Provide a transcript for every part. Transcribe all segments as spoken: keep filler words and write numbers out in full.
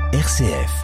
R C F.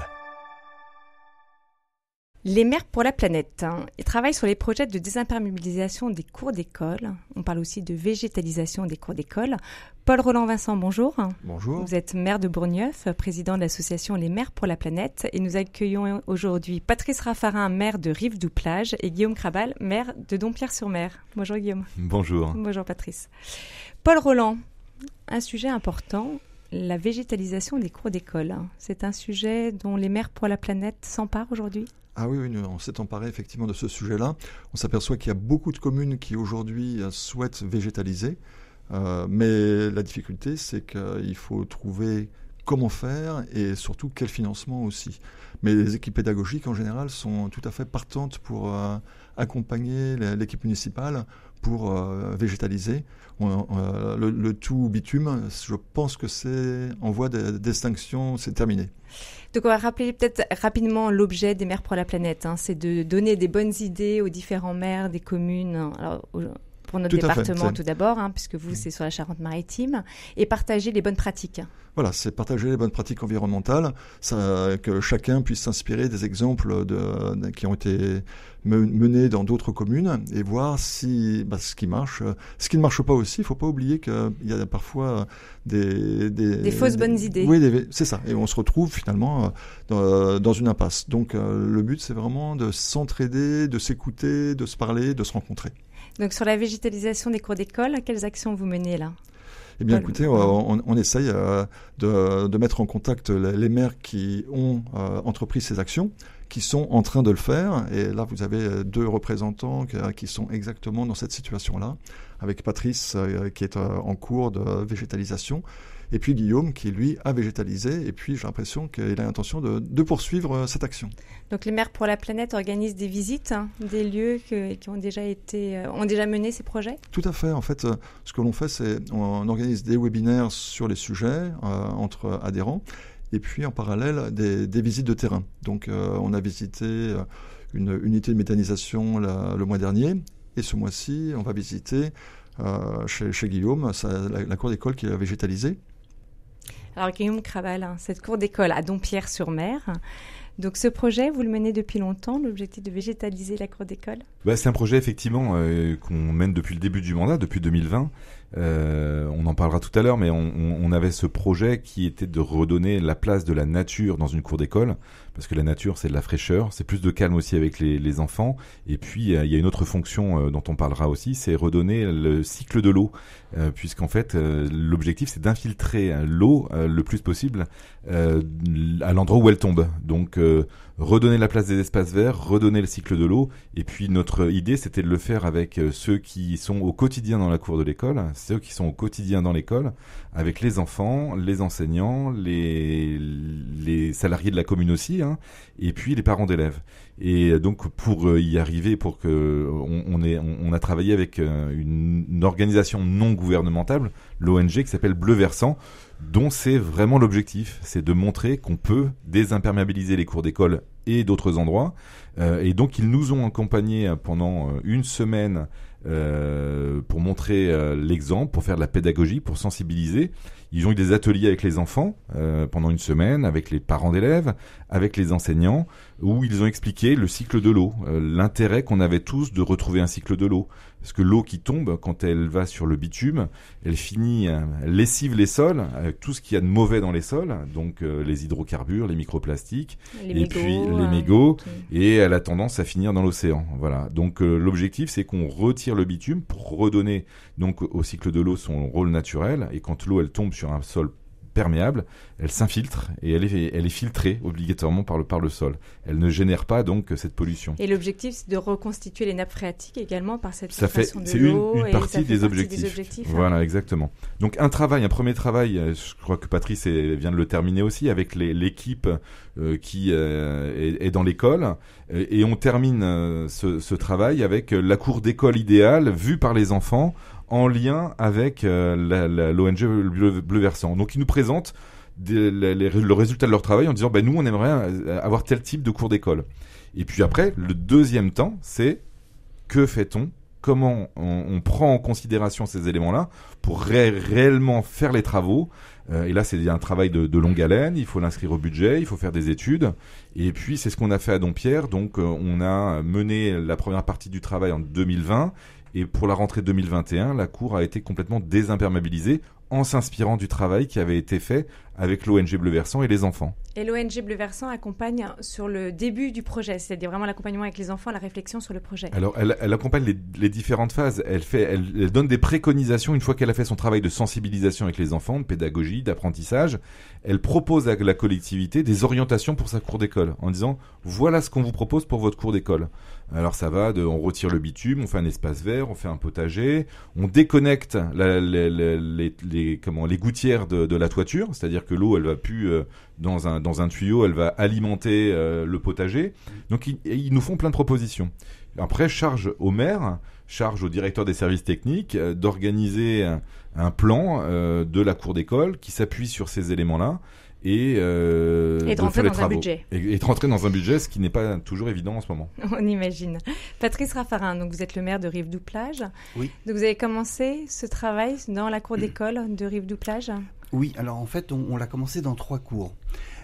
Les maires pour la planète, hein. Ils travaillent sur les projets de désimperméabilisation des cours d'école. On parle aussi de végétalisation des cours d'école. Paul Roland-Vincent, bonjour. Bonjour. Vous êtes maire de Bourgneuf, président de l'association Les Maires pour la planète. Et nous accueillons aujourd'hui Patrice Raffarin, maire de Rive-Douplage, et Guillaume Crabal, maire de Dompierre-sur-Mer. Bonjour Guillaume. Bonjour. Bonjour Patrice. Paul Roland, un sujet important, la végétalisation des cours d'école. C'est un sujet dont les maires pour la planète s'emparent aujourd'hui ? Ah oui, oui, on s'est emparé effectivement de ce sujet-là. On s'aperçoit qu'il y a beaucoup de communes qui aujourd'hui souhaitent végétaliser, euh, mais la difficulté, c'est qu'il faut trouver comment faire et surtout quel financement aussi. Mais les équipes pédagogiques en général sont tout à fait partantes pour euh, accompagner l'équipe municipale pour euh, végétaliser. On, euh, le, le tout bitume, je pense que c'est en voie de d'extinction, c'est terminé. Donc on va rappeler peut-être rapidement l'objet des maires pour la planète. Hein. C'est de donner des bonnes idées aux différents maires des communes. Alors, pour notre tout département tout d'abord, hein, puisque vous, c'est sur la Charente-Maritime, et partager les bonnes pratiques. Voilà, c'est partager les bonnes pratiques environnementales, ça, que chacun puisse s'inspirer des exemples de, de, qui ont été menés dans d'autres communes et voir si bah, ce qui marche. Ce qui ne marche pas aussi, il ne faut pas oublier qu'il y a parfois des... Des, des fausses des, bonnes idées. Oui, des, c'est ça. Et on se retrouve finalement dans, dans une impasse. Donc euh, le but, c'est vraiment de s'entraider, de s'écouter, de se parler, de se rencontrer. Donc sur la végétalisation des cours d'école, quelles actions vous menez là ? Eh bien, écoutez, on, on essaye euh, de, de mettre en contact les maires qui ont euh, entrepris ces actions, qui sont en train de le faire. Et là, vous avez deux représentants qui, qui sont exactement dans cette situation-là, avec Patrice euh, qui est euh, en cours de végétalisation, et puis Guillaume qui, lui, a végétalisé. Et puis, j'ai l'impression qu'il a l'intention de, de poursuivre cette action. Donc, les maires pour la planète organisent des visites, hein, des lieux que, qui ont déjà été, euh, ont déjà mené ces projets ? Tout à fait. En fait, euh, ce que l'on fait, c'est on organise des webinaires sur les sujets euh, entre adhérents, et puis en parallèle des, des visites de terrain. Donc, euh, on a visité euh, une unité de méthanisation la, le mois dernier, et ce mois-ci, on va visiter euh, chez, chez Guillaume ça, la, la cour d'école qui a végétalisé. Alors Guillaume Crabal, hein, cette cour d'école à Dompierre-sur-Mer. Donc ce projet, vous le menez depuis longtemps, l'objectif de végétaliser la cour d'école ? Bah, c'est un projet effectivement euh, qu'on mène depuis le début du mandat, depuis deux mille vingt. Euh, on en parlera tout à l'heure, mais on, on avait ce projet qui était de redonner la place de la nature dans une cour d'école, parce que la nature, c'est de la fraîcheur, c'est plus de calme aussi avec les, les enfants. Et puis, il y a une autre fonction euh, dont on parlera aussi, c'est redonner le cycle de l'eau, euh, puisqu'en fait, euh, l'objectif, c'est d'infiltrer l'eau euh, le plus possible euh, à l'endroit où elle tombe. Donc, euh, redonner la place des espaces verts, redonner le cycle de l'eau. Et puis, notre idée, c'était de le faire avec euh, ceux qui sont au quotidien dans la cour de l'école, ceux qui sont au quotidien dans l'école, avec les enfants, les enseignants, les, les salariés de la commune aussi, hein, et puis les parents d'élèves. Et donc pour y arriver, pour que on, on, est, on, on a travaillé avec une, une organisation non gouvernementale, l'O N G qui s'appelle Bleu Versant, dont c'est vraiment l'objectif, c'est de montrer qu'on peut désimperméabiliser les cours d'école et d'autres endroits. Euh, et donc ils nous ont accompagnés pendant une semaine euh, pour montrer euh, l'exemple, pour faire de la pédagogie, pour sensibiliser. Ils ont eu des ateliers avec les enfants euh, pendant une semaine, avec les parents d'élèves, avec les enseignants, où ils ont expliqué le cycle de l'eau, euh, l'intérêt qu'on avait tous de retrouver un cycle de l'eau. Parce que l'eau qui tombe, quand elle va sur le bitume, elle finit, euh, elle lessive les sols, avec tout ce qu'il y a de mauvais dans les sols, donc euh, les hydrocarbures, les microplastiques, les et mégots, puis les euh, mégots, okay. Et elle a tendance à finir dans l'océan. Voilà. Donc euh, l'objectif, c'est qu'on retire le bitume pour redonner donc au cycle de l'eau son rôle naturel, et quand l'eau elle tombe sur un sol perméable, elle s'infiltre et elle est, elle est filtrée obligatoirement par le, par le sol. Elle ne génère pas donc cette pollution. Et l'objectif, c'est de reconstituer les nappes phréatiques également par cette ça fait, filtration de c'est l'eau. C'est une, une partie, des, partie objectifs. des objectifs. Voilà, hein. Exactement. Donc un travail, un premier travail, je crois que Patrice est, vient de le terminer aussi, avec les, l'équipe euh, qui euh, est, est dans l'école. Et, et on termine euh, ce, ce travail avec la cour d'école idéale vue par les enfants, en lien avec euh, la, la, l'O N G Bleu, Bleu Versant. Donc ils nous présentent des, les, les, le résultat de leur travail en disant bah, nous on aimerait avoir tel type de cours d'école. Et puis après, le deuxième temps, c'est que fait-on ? Comment on, on prend en considération ces éléments-là pour ré- réellement faire les travaux Euh, et là, c'est un travail de, de longue haleine. Il faut l'inscrire au budget, il faut faire des études. Et puis, c'est ce qu'on a fait à Dompierre. Donc, euh, on a mené la première partie du travail en deux mille vingt. Et pour la rentrée deux mille vingt et un, la cour a été complètement désimperméabilisée en s'inspirant du travail qui avait été fait avec l'O N G Bleu Versant et les enfants. Et l'O N G Bleu Versant accompagne sur le début du projet, c'est-à-dire vraiment l'accompagnement avec les enfants, la réflexion sur le projet. Alors, elle, elle accompagne les, les différentes phases. Elle, fait, elle, elle donne des préconisations une fois qu'elle a fait son travail de sensibilisation avec les enfants, de pédagogie, d'apprentissage. Elle propose à la collectivité des orientations pour sa cour d'école en disant « Voilà ce qu'on vous propose pour votre cour d'école ». Alors ça va, de, on retire le bitume, on fait un espace vert, on fait un potager, on déconnecte la, la, la, les, les, comment, les gouttières de, de la toiture, c'est-à-dire que l'eau, elle va plus euh, dans, un, dans un tuyau, elle va alimenter euh, le potager. Donc ils, ils nous font plein de propositions. Après, charge au maire, charge au directeur des services techniques euh, d'organiser un, un plan euh, de la cour d'école qui s'appuie sur ces éléments-là. Et, euh, et de, de rentrer dans travaux. un budget. Et, et de rentrer dans un budget, ce qui n'est pas toujours évident en ce moment. On imagine. Patrice Raffarin, donc vous êtes le maire de Rive-Doux-Plage. Oui. Donc vous avez commencé ce travail dans la cour d'école de Rive-Doux-Plage ? Oui, alors en fait, on, on l'a commencé dans trois cours.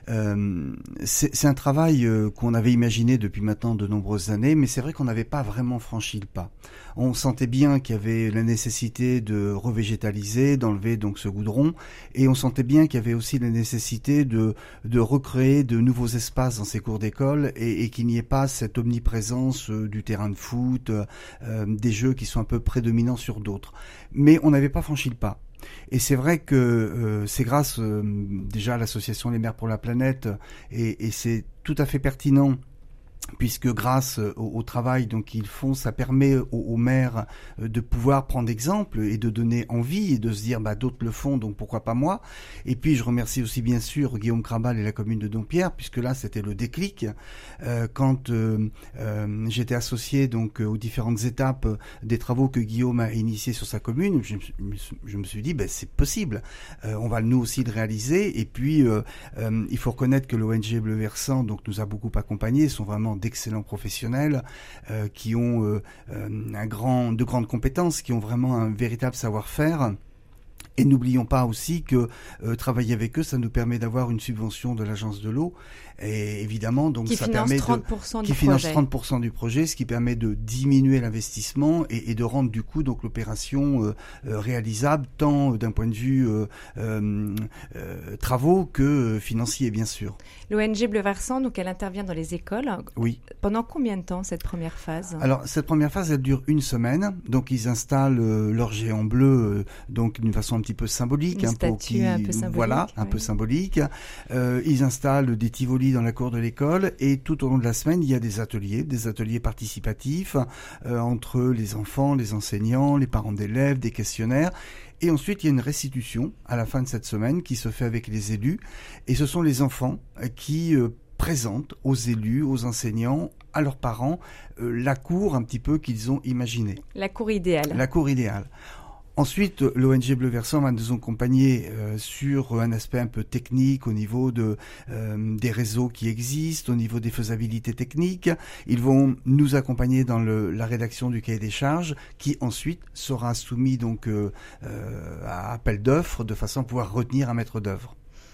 Euh, c'est, c'est un travail euh, qu'on avait imaginé depuis maintenant de nombreuses années, mais c'est vrai qu'on n'avait pas vraiment franchi le pas. On sentait bien qu'il y avait la nécessité de revégétaliser, d'enlever donc ce goudron, et on sentait bien qu'il y avait aussi la nécessité de, de recréer de nouveaux espaces dans ces cours d'école et, et qu'il n'y ait pas cette omniprésence euh, du terrain de foot, euh, des jeux qui sont un peu prédominants sur d'autres. Mais on n'avait pas franchi le pas. Et c'est vrai que euh, c'est grâce euh, déjà à l'association Les Maires pour la Planète et, et c'est tout à fait pertinent puisque grâce au, au travail donc qu'ils font, ça permet aux, aux maires de pouvoir prendre exemple et de donner envie et de se dire bah d'autres le font donc pourquoi pas moi. Et puis je remercie aussi bien sûr Guillaume Crabal et la commune de Dompierre puisque là c'était le déclic euh, quand euh, euh, j'étais associé donc aux différentes étapes des travaux que Guillaume a initiés sur sa commune. Je, je me suis dit bah c'est possible, euh, on va nous aussi le réaliser. Et puis euh, euh, il faut reconnaître que l'O N G Bleu Versant donc nous a beaucoup accompagnés, sont vraiment d'excellents professionnels euh, qui ont euh, un grand, de grandes compétences, qui ont vraiment un véritable savoir-faire. Et n'oublions pas aussi que euh, travailler avec eux, ça nous permet d'avoir une subvention de l'agence de l'eau. Et évidemment, donc qui ça finance permet trente pour cent de, du qui finance projet. trente pour cent du projet, ce qui permet de diminuer l'investissement et, et de rendre du coup donc l'opération euh, euh, réalisable tant d'un point de vue euh, euh, euh, travaux que euh, financier bien sûr. L'O N G Bleu Versant, donc elle intervient dans les écoles. Oui. Pendant combien de temps cette première phase ? Alors cette première phase, elle dure une semaine. Donc ils installent euh, leur géant bleu, euh, donc d'une façon un petit peu symbolique, une un statue peu qui, un peu symbolique, voilà, un ouais. peu symbolique. Euh, ils installent des tivolis dans la cour de l'école et tout au long de la semaine, il y a des ateliers, des ateliers participatifs euh, entre les enfants, les enseignants, les parents d'élèves, des questionnaires. Et ensuite, il y a une restitution à la fin de cette semaine qui se fait avec les élus. Et ce sont les enfants qui euh, présentent aux élus, aux enseignants, à leurs parents, euh, la cour un petit peu qu'ils ont imaginée. La cour idéale. La cour idéale. Ensuite, l'O N G Bleu Versant va nous accompagner euh, sur un aspect un peu technique au niveau de, euh, des réseaux qui existent, au niveau des faisabilités techniques. Ils vont nous accompagner dans le, la rédaction du cahier des charges qui ensuite sera soumis donc euh, euh, à appel d'offres de façon à pouvoir retenir un maître d'œuvre.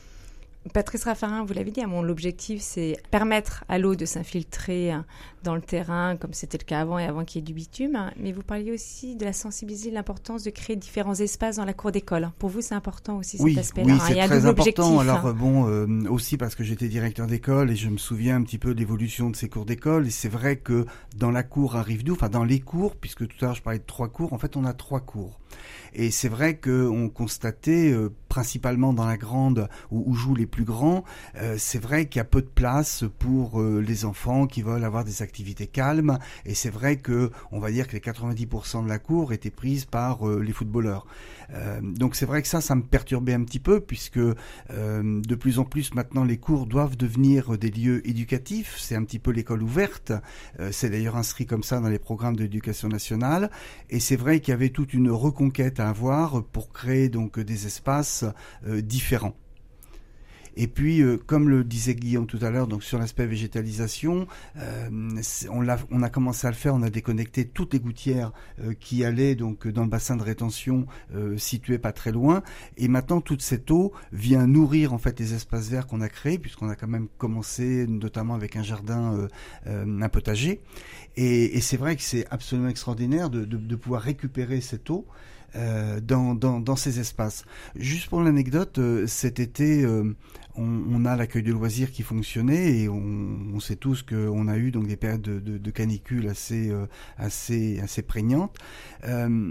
Patrice Raffarin, vous l'avez dit, mon l'objectif c'est permettre à l'eau de s'infiltrer dans le terrain comme c'était le cas avant et avant qu'il y ait du bitume. Mais vous parliez aussi de la sensibiliser, de l'importance de créer différents espaces dans la cour d'école. Pour vous, c'est important aussi oui, cet aspect-là. Oui, c'est il y a très un double important. objectif. Alors bon, euh, aussi parce que j'étais directeur d'école et je me souviens un petit peu de l'évolution de ces cours d'école. Et c'est vrai que dans la cour à Rive-Doux, enfin dans les cours, puisque tout à l'heure je parlais de trois cours, en fait on a trois cours. Et c'est vrai qu'on constatait, euh, principalement dans la grande où, où jouent les plus grands, euh, c'est vrai qu'il y a peu de place pour euh, les enfants qui veulent avoir des activités calmes. Et c'est vrai que on va dire que les quatre-vingt-dix pour cent de la cour étaient prises par euh, les footballeurs. Euh, donc c'est vrai que ça, ça me perturbait un petit peu puisque euh, de plus en plus maintenant les cours doivent devenir des lieux éducatifs. C'est un petit peu l'école ouverte. Euh, c'est d'ailleurs inscrit comme ça dans les programmes de l'éducation nationale. Et c'est vrai qu'il y avait toute une reconquête à avoir pour créer donc des espaces euh, différents. Et puis, euh, comme le disait Guillaume tout à l'heure, donc sur l'aspect végétalisation, euh, on, l'a, on a commencé à le faire, on a déconnecté toutes les gouttières euh, qui allaient donc dans le bassin de rétention euh, situé pas très loin. Et maintenant, toute cette eau vient nourrir en fait les espaces verts qu'on a créés, puisqu'on a quand même commencé notamment avec un jardin, euh, euh, un potager. Et, et c'est vrai que c'est absolument extraordinaire de, de, de pouvoir récupérer cette eau euh, dans, dans, dans ces espaces. Juste pour l'anecdote, euh, cet été, euh, on, on a l'accueil de loisirs qui fonctionnait et on, on sait tous qu'on a eu donc des périodes de, de, de canicule assez, euh, assez, assez prégnantes. Euh,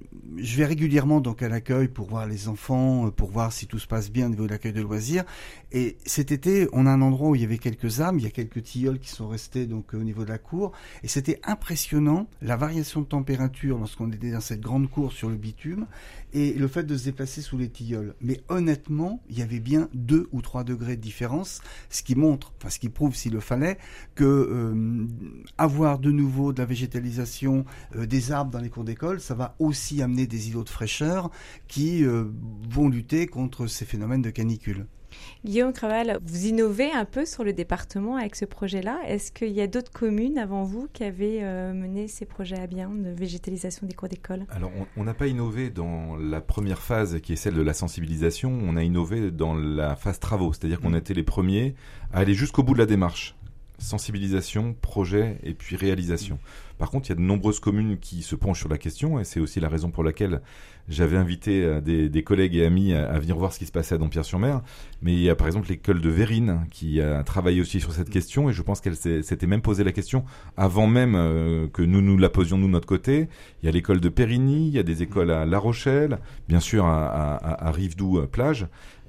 je vais régulièrement donc à l'accueil pour voir les enfants, pour voir si tout se passe bien au niveau de l'accueil de loisirs. Et cet été, on a un endroit où il y avait quelques arbres, il y a quelques tilleuls qui sont restés donc au niveau de la cour. Et c'était impressionnant la variation de température lorsqu'on était dans cette grande cour sur le bitume et le fait de se déplacer sous les tilleuls. Mais honnêtement, il y avait bien deux ou trois degrés de différence, ce qui montre, enfin ce qui prouve s'il le fallait, que euh, avoir de nouveau de la végétalisation, euh, des arbres dans les cours d'école, ça va aussi amener des îlots de fraîcheur qui euh, vont lutter contre ces phénomènes de canicule. Guillaume Craval, vous innovez un peu sur le département avec ce projet-là. Est-ce qu'il y a d'autres communes avant vous qui avaient euh, mené ces projets à bien de végétalisation des cours d'école ? Alors, on n'a pas innové dans la première phase qui est celle de la sensibilisation. On a innové dans la phase travaux, c'est-à-dire qu'on a été les premiers à aller jusqu'au bout de la démarche. Sensibilisation, projet et puis réalisation. Par contre, il y a de nombreuses communes qui se penchent sur la question et c'est aussi la raison pour laquelle j'avais invité des, des collègues et amis à, à venir voir ce qui se passait à Dampierre-sur-Mer. Mais il y a par exemple l'école de Vérines qui a travaillé aussi sur cette question et je pense qu'elle s'est, s'était même posé la question avant même euh, que nous nous la posions nous de notre côté. Il y a l'école de Périgny, il y a des écoles à La Rochelle, bien sûr à, à, à Rivedoux-Plage.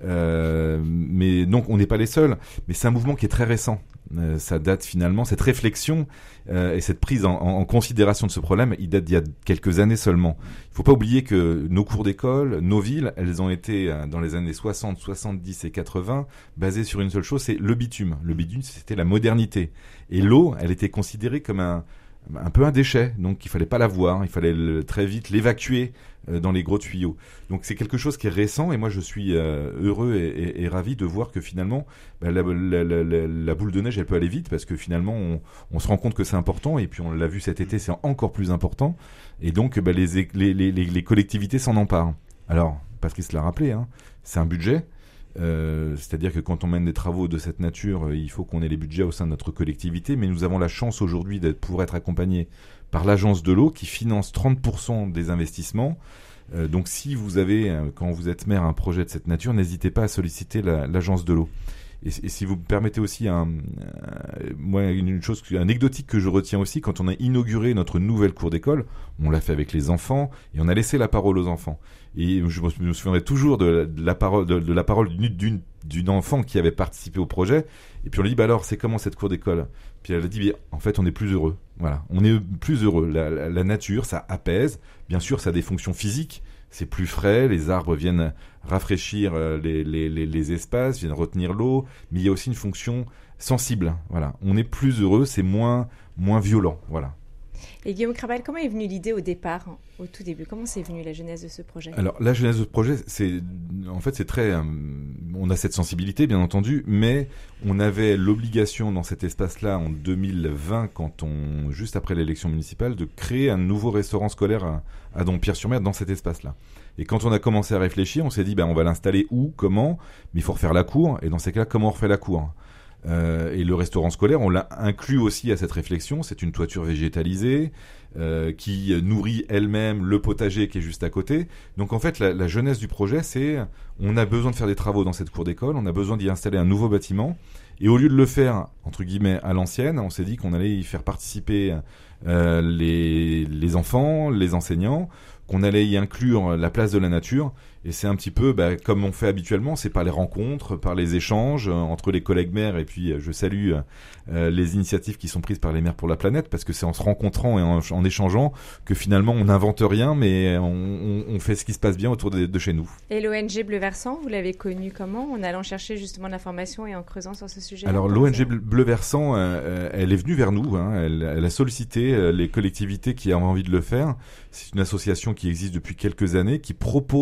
Euh, mais donc on n'est pas les seuls, mais c'est un mouvement qui est très récent. Euh, ça date finalement, cette réflexion euh, et cette prise en, en considération de ce problème, il date d'il y a quelques années seulement. Il ne faut pas oublier que nos cours d'école, nos villes, elles ont été euh, dans les années soixante, soixante-dix et quatre-vingts basées sur une seule chose, c'est le bitume. Le bitume, c'était la modernité. Et l'eau, elle était considérée comme un, un peu un déchet, donc il fallait pas l'avoir, il fallait le, très vite l'évacuer euh, dans les gros tuyaux. Donc c'est quelque chose qui est récent et moi je suis euh, heureux et, et, et ravi de voir que finalement bah, la, la, la, la, la boule de neige elle peut aller vite parce que finalement on, on se rend compte que c'est important et puis on l'a vu cet été, c'est encore plus important et donc bah, les, les, les, les collectivités s'en emparent. Alors Patrice l'a rappelé, hein, c'est un budget. Euh, c'est-à-dire que quand on mène des travaux de cette nature, euh, il faut qu'on ait les budgets au sein de notre collectivité, mais nous avons la chance aujourd'hui d'être pour être accompagnés par l'agence de l'eau qui finance trente pour cent des investissements. Euh, donc si vous avez, euh, quand vous êtes maire, un projet de cette nature, n'hésitez pas à solliciter la, l'agence de l'eau. Et, et si vous me permettez aussi un, euh, moi, une chose anecdotique que je retiens aussi, quand on a inauguré notre nouvelle cour d'école, on l'a fait avec les enfants et on a laissé la parole aux enfants. Et je me souviendrai toujours de la, de la parole, de, de la parole d'une, d'une, d'une enfant qui avait participé au projet. Et puis on lui dit, bah alors, c'est comment cette cour d'école ? Puis elle a dit, en fait, on est plus heureux. Voilà, on est plus heureux. La, la, la nature, ça apaise. Bien sûr, ça a des fonctions physiques. C'est plus frais, les arbres viennent rafraîchir les, les, les, les espaces, viennent retenir l'eau, mais il y a aussi une fonction sensible. Voilà, on est plus heureux, c'est moins, moins violent. Voilà. Et Guillaume Craval, comment est venue l'idée au départ, au tout début ? Comment c'est venu la genèse de ce projet ? Alors la genèse de ce projet, c'est en fait c'est très, euh, on a cette sensibilité bien entendu, mais on avait l'obligation dans cet espace-là en deux mille vingt, quand on juste après l'élection municipale, de créer un nouveau restaurant scolaire à, à Dampierre-sur-Mer dans cet espace-là. Et quand on a commencé à réfléchir, on s'est dit ben on va l'installer où, comment, mais il faut refaire la cour. Et dans ces cas, comment on refait la cour ? Euh, et le restaurant scolaire, on l'a inclus aussi à cette réflexion. C'est une toiture végétalisée euh, qui nourrit elle-même le potager qui est juste à côté. Donc en fait, la, la jeunesse du projet, c'est on a besoin de faire des travaux dans cette cour d'école, on a besoin d'y installer un nouveau bâtiment. Et au lieu de le faire, entre guillemets, à l'ancienne, on s'est dit qu'on allait y faire participer euh, les, les enfants, les enseignants, qu'on allait y inclure la place de la nature. Et c'est un petit peu bah, comme on fait habituellement, c'est par les rencontres, par les échanges euh, entre les collègues maires. Et puis euh, je salue euh, les initiatives qui sont prises par les maires pour la planète, parce que c'est en se rencontrant et en, en échangeant que finalement on n'invente rien, mais on, on, on fait ce qui se passe bien autour de, de chez nous. Et l'O N G Bleu Versant, vous l'avez connu comment ? En allant chercher justement de l'information et en creusant sur ce sujet. Alors l'O N G Bleu Versant, euh, elle est venue vers nous, hein, elle, elle a sollicité euh, les collectivités qui avaient envie de le faire. C'est une association qui existe depuis quelques années, qui propose,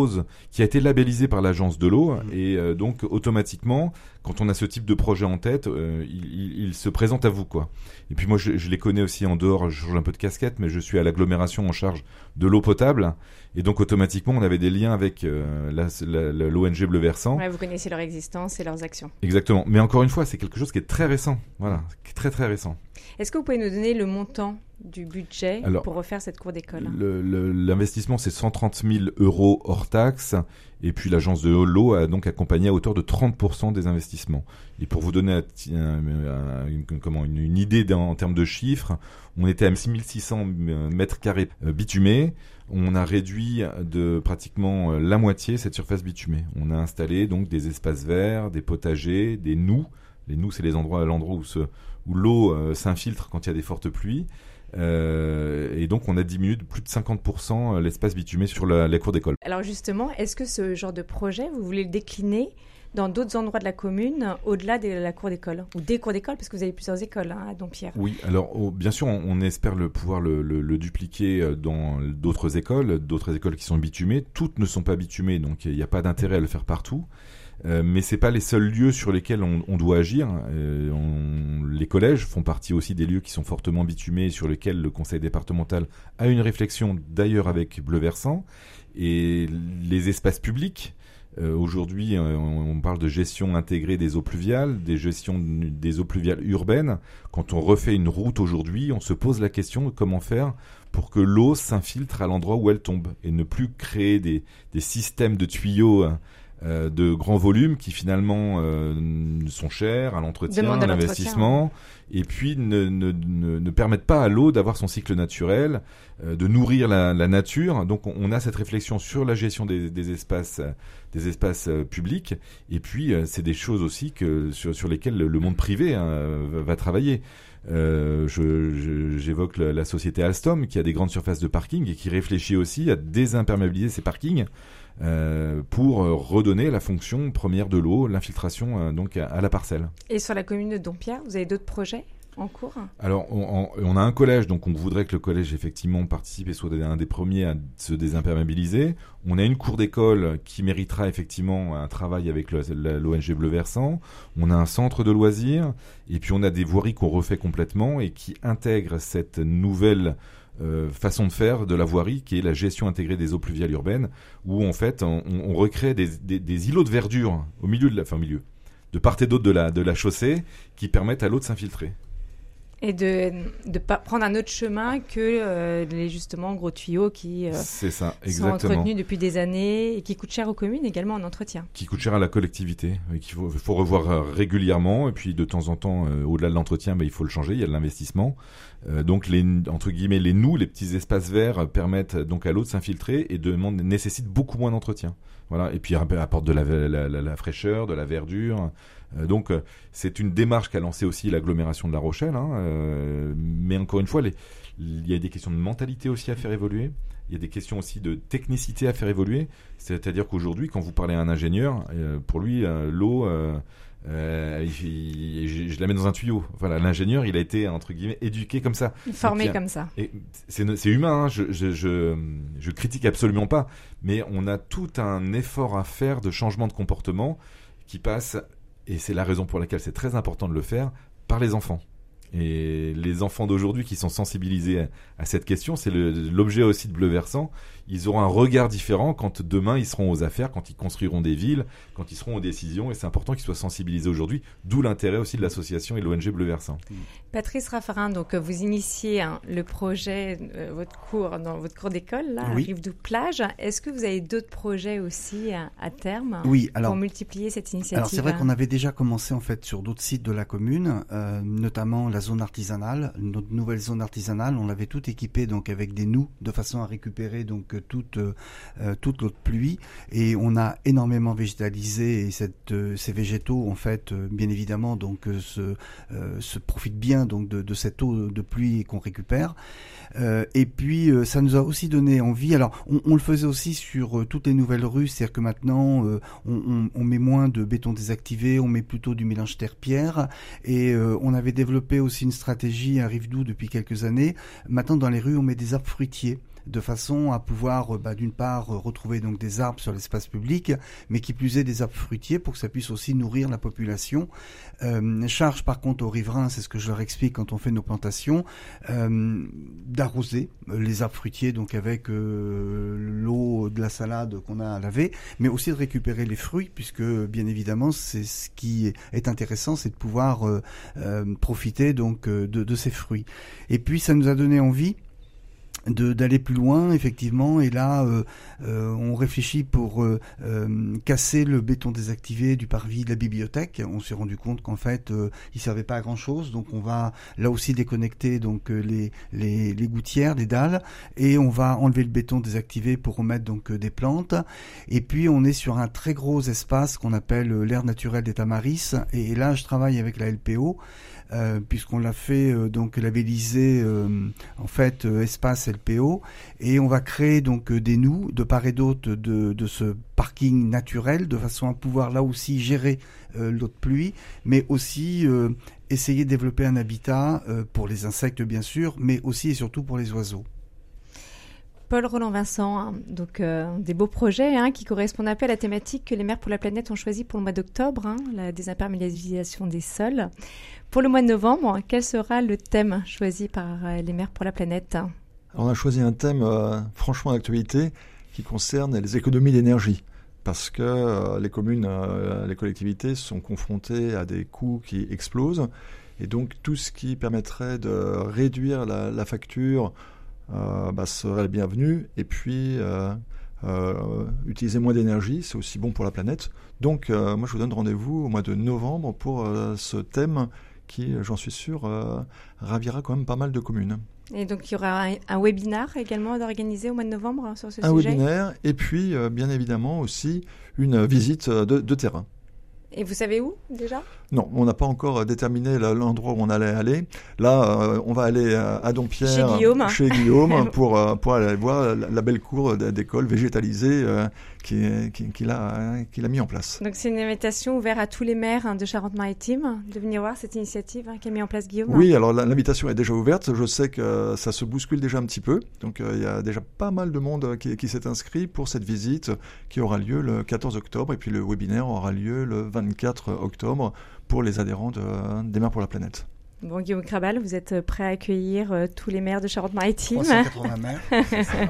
qui a été labellisé par l'agence de l'eau. Mmh. Et euh, donc, automatiquement, quand on a ce type de projet en tête, euh, il, il, il se présente à vous, quoi. Et puis moi, je, je les connais aussi en dehors, je change un peu de casquette, mais je suis à l'agglomération en charge de l'eau potable. Et donc, automatiquement, on avait des liens avec euh, la, la, la, l'O N G Bleu Versant. Ouais, vous connaissez leur existence et leurs actions. Exactement. Mais encore une fois, c'est quelque chose qui est très récent. Voilà, qui est très, très récent. Est-ce que vous pouvez nous donner le montant du budget Alors, pour refaire cette cour d'école? le, le, L'investissement, c'est cent trente mille euros hors taxe. Et puis, l'agence de l'eau a donc accompagné à hauteur de trente pour cent des investissements. Et pour vous donner un, un, une, comment, une, une idée en termes de chiffres, on était à six mille six cents mètres carrés bitumés. On a réduit de pratiquement la moitié cette surface bitumée. On a installé donc des espaces verts, des potagers, des noues. Les noues, c'est les endroits, l'endroit où, se, où l'eau euh, s'infiltre quand il y a des fortes pluies. Euh, et donc, on a diminué de plus de cinquante pour cent l'espace bitumé sur la, la cour d'école. Alors justement, est-ce que ce genre de projet, vous voulez le décliner dans d'autres endroits de la commune, au-delà de la cour d'école, ou des cours d'école, parce que vous avez plusieurs écoles hein, à Dompierre? Oui, alors oh, bien sûr, on, on espère le, pouvoir le, le, le dupliquer dans d'autres écoles, d'autres écoles qui sont bitumées. Toutes ne sont pas bitumées, donc il n'y a pas d'intérêt à le faire partout. Euh, mais c'est pas les seuls lieux sur lesquels on, on doit agir. Euh, on, les collèges font partie aussi des lieux qui sont fortement bitumés et sur lesquels le conseil départemental a une réflexion, d'ailleurs avec Bleu Versant. Et les espaces publics, euh, aujourd'hui euh, on parle de gestion intégrée des eaux pluviales, des gestions des eaux pluviales urbaines. Quand on refait une route aujourd'hui, on se pose la question de comment faire pour que l'eau s'infiltre à l'endroit où elle tombe et ne plus créer des, des systèmes de tuyaux Euh, de grands volumes qui finalement euh, sont chers à l'entretien, à l'investissement, et puis ne, ne, ne, ne permettent pas à l'eau d'avoir son cycle naturel, euh, de nourrir la, la nature. Donc on, on a cette réflexion sur la gestion des, des espaces, des espaces euh, publics, et puis euh, c'est des choses aussi que sur, sur lesquelles le, le monde privé hein, va, va travailler. Euh, je, je, j'évoque la, la société Alstom qui a des grandes surfaces de parking et qui réfléchit aussi à désimperméabiliser ces parkings. Euh, pour euh, redonner la fonction première de l'eau, l'infiltration euh, donc à, à la parcelle. Et sur la commune de Dompierre, vous avez d'autres projets en cours? Alors, on, on, on a un collège, donc on voudrait que le collège effectivement participe et soit un des premiers à se désimperméabiliser. On a une cour d'école qui méritera effectivement un travail avec le, la, l'O N G Bleu Versant. On a un centre de loisirs et puis on a des voiries qu'on refait complètement et qui intègrent cette nouvelle Euh, façon de faire de la voirie qui est la gestion intégrée des eaux pluviales urbaines où en fait on, on recrée des, des, des îlots de verdure au milieu de la, enfin au milieu, de part et d'autre de la, de la chaussée qui permettent à l'eau de s'infiltrer. Et de ne pas prendre un autre chemin que euh, les justement gros tuyaux qui euh, C'est ça, sont entretenus depuis des années et qui coûtent cher aux communes également en entretien. Qui coûtent cher à la collectivité, et qu'il faut, faut revoir régulièrement et puis de temps en temps, euh, au-delà de l'entretien, bah, il faut le changer, il y a de l'investissement. Euh, donc les entre guillemets les noues, les petits espaces verts permettent donc à l'eau de s'infiltrer et demandent, nécessitent beaucoup moins d'entretien. Voilà, et puis apportent de la, la, la, la fraîcheur, de la verdure. Euh, donc euh, c'est une démarche qu'a lancée aussi l'agglomération de La Rochelle. Hein, euh, mais encore une fois, les, il y a des questions de mentalité aussi à faire évoluer. Il y a des questions aussi de technicité à faire évoluer. C'est-à-dire qu'aujourd'hui, quand vous parlez à un ingénieur, euh, pour lui, euh, l'eau, euh, euh, il, il, je la mets dans un tuyau. Voilà, l'ingénieur, il a été entre guillemets éduqué comme ça, formé donc, comme ça. Et c'est, c'est humain. Hein, je, je, je, je critique absolument pas, mais on a tout un effort à faire de changement de comportement qui passe. Et c'est la raison pour laquelle c'est très important de le faire par les enfants. Et les enfants d'aujourd'hui qui sont sensibilisés à, à cette question, c'est le, l'objet aussi de Bleu Versant. Ils auront un regard différent quand demain ils seront aux affaires, quand ils construiront des villes, quand ils seront aux décisions. Et c'est important qu'ils soient sensibilisés aujourd'hui, d'où l'intérêt aussi de l'association et de l'O N G Bleu Versant. Patrice Raffarin, donc vous initiez hein, le projet, euh, votre cours dans votre cours d'école, là, oui. à Rive-Doux-Plage. Est-ce que vous avez d'autres projets aussi à, à terme oui, alors, pour multiplier cette initiative? Alors c'est vrai qu'on avait déjà commencé en fait sur d'autres sites de la commune, euh, notamment la zone artisanale, notre nouvelle zone artisanale. On l'avait toute équipée donc avec des noues de façon à récupérer donc toute euh, toute l'eau de pluie, et on a énormément végétalisé et cette euh, ces végétaux en fait euh, bien évidemment donc euh, se euh, se profitent bien donc de, de cette eau de pluie qu'on récupère. Euh, et puis euh, ça nous a aussi donné envie. Alors on, on le faisait aussi sur euh, toutes les nouvelles rues, c'est-à-dire que maintenant euh, on, on, on met moins de béton désactivé, on met plutôt du mélange terre-pierre, et euh, on avait développé aussi une stratégie à Rive-Doux depuis quelques années. Maintenant dans les rues on met des arbres fruitiers. de façon à pouvoir, bah, d'une part, retrouver donc des arbres sur l'espace public, mais qui plus est des arbres fruitiers pour que ça puisse aussi nourrir la population. Euh, charge par contre aux riverains, c'est ce que je leur explique quand on fait nos plantations, euh, d'arroser les arbres fruitiers donc avec euh, l'eau de la salade qu'on a à laver, mais aussi de récupérer les fruits, puisque bien évidemment c'est ce qui est intéressant, c'est de pouvoir euh, euh, profiter donc de, de ces fruits. Et puis ça nous a donné envie de d'aller plus loin effectivement, et là euh, euh, on réfléchit pour euh, euh, casser le béton désactivé du parvis de la bibliothèque. On s'est rendu compte qu'en fait euh, il servait pas à grand chose, donc on va là aussi déconnecter donc euh, les les les gouttières, les dalles, et on va enlever le béton désactivé pour remettre donc euh, des plantes. Et puis on est sur un très gros espace qu'on appelle euh, l'aire naturelle des Tamaris, et, et là je travaille avec la L P O. Euh, puisqu'on l'a fait euh, donc labelliser euh, en fait euh, espace L P O, et on va créer donc euh, des noues de part et d'autre de, de ce parking naturel, de façon à pouvoir là aussi gérer euh, l'eau de pluie, mais aussi euh, essayer de développer un habitat euh, pour les insectes bien sûr, mais aussi et surtout pour les oiseaux. Paul Roland-Vincent, hein, donc euh, des beaux projets hein, qui correspondent un peu à la thématique que les Maires pour la Planète ont choisie pour le mois d'octobre, hein, la désimperméabilisation des sols. Pour le mois de novembre, quel sera le thème choisi par euh, les Maires pour la Planète ? Alors, on a choisi un thème euh, franchement d'actualité qui concerne les économies d'énergie, parce que euh, les communes, euh, les collectivités sont confrontées à des coûts qui explosent, et donc tout ce qui permettrait de réduire la, la facture Euh, bah, serait le bienvenu, et puis euh, euh, utiliser moins d'énergie, c'est aussi bon pour la planète. Donc euh, moi je vous donne rendez-vous au mois de novembre pour euh, ce thème qui, j'en suis sûr, euh, ravira quand même pas mal de communes. Et donc il y aura un, un webinaire également d'organiser au mois de novembre hein, sur ce un sujet. Un webinaire, et puis euh, bien évidemment aussi une visite de, de terrain. Et vous savez où déjà ? Non, on n'a pas encore déterminé l'endroit où on allait aller. Là, euh, on va aller à Dompierre, chez Guillaume, chez Guillaume pour, pour aller voir la, la belle cour d'école végétalisée euh, qu'il qui, qui a, qu'il a mis en place. Donc c'est une invitation ouverte à tous les maires hein, de Charente-Maritime de venir voir cette initiative hein, qu'a mis en place Guillaume. Oui, alors l'invitation est déjà ouverte. Je sais que ça se bouscule déjà un petit peu. Donc euh, il y a déjà pas mal de monde qui, qui s'est inscrit pour cette visite qui aura lieu le quatorze octobre, et puis le webinaire aura lieu le vingt-quatre octobre pour les adhérents de, des Maires pour la Planète. Bon, Guillaume Krabal, vous êtes prêt à accueillir euh, tous les maires de Charente-Maritime ? trois cent quatre-vingts maires. C'est ça.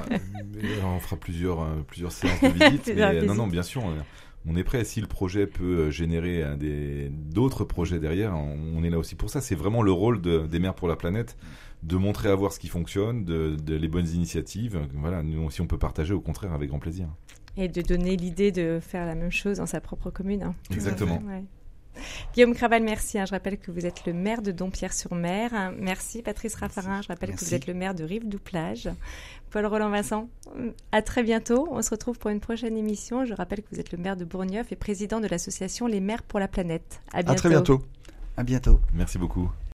On fera plusieurs, euh, plusieurs séances de visite. mais, euh, non, non, bien sûr, on est prêt. Si le projet peut générer euh, des, d'autres projets derrière, on, on est là aussi pour ça. C'est vraiment le rôle de, des Maires pour la Planète, de montrer à voir ce qui fonctionne, de, de les bonnes initiatives. Voilà, nous aussi, on peut partager, au contraire, avec grand plaisir. Et de donner l'idée de faire la même chose dans sa propre commune. Hein. Exactement. Ouais. Guillaume Krabal, merci. Hein. Je rappelle que vous êtes le maire de Dompierre-sur-Mer. Hein. Merci Patrice Raffarin. Je rappelle merci. que vous êtes le maire de Rive-du-Plage. Paul Roland-Vincent, à très bientôt. On se retrouve pour une prochaine émission. Je rappelle que vous êtes le maire de Bourgneuf et président de l'association Les Maires pour la Planète. À bientôt. À très bientôt. À bientôt. Merci beaucoup.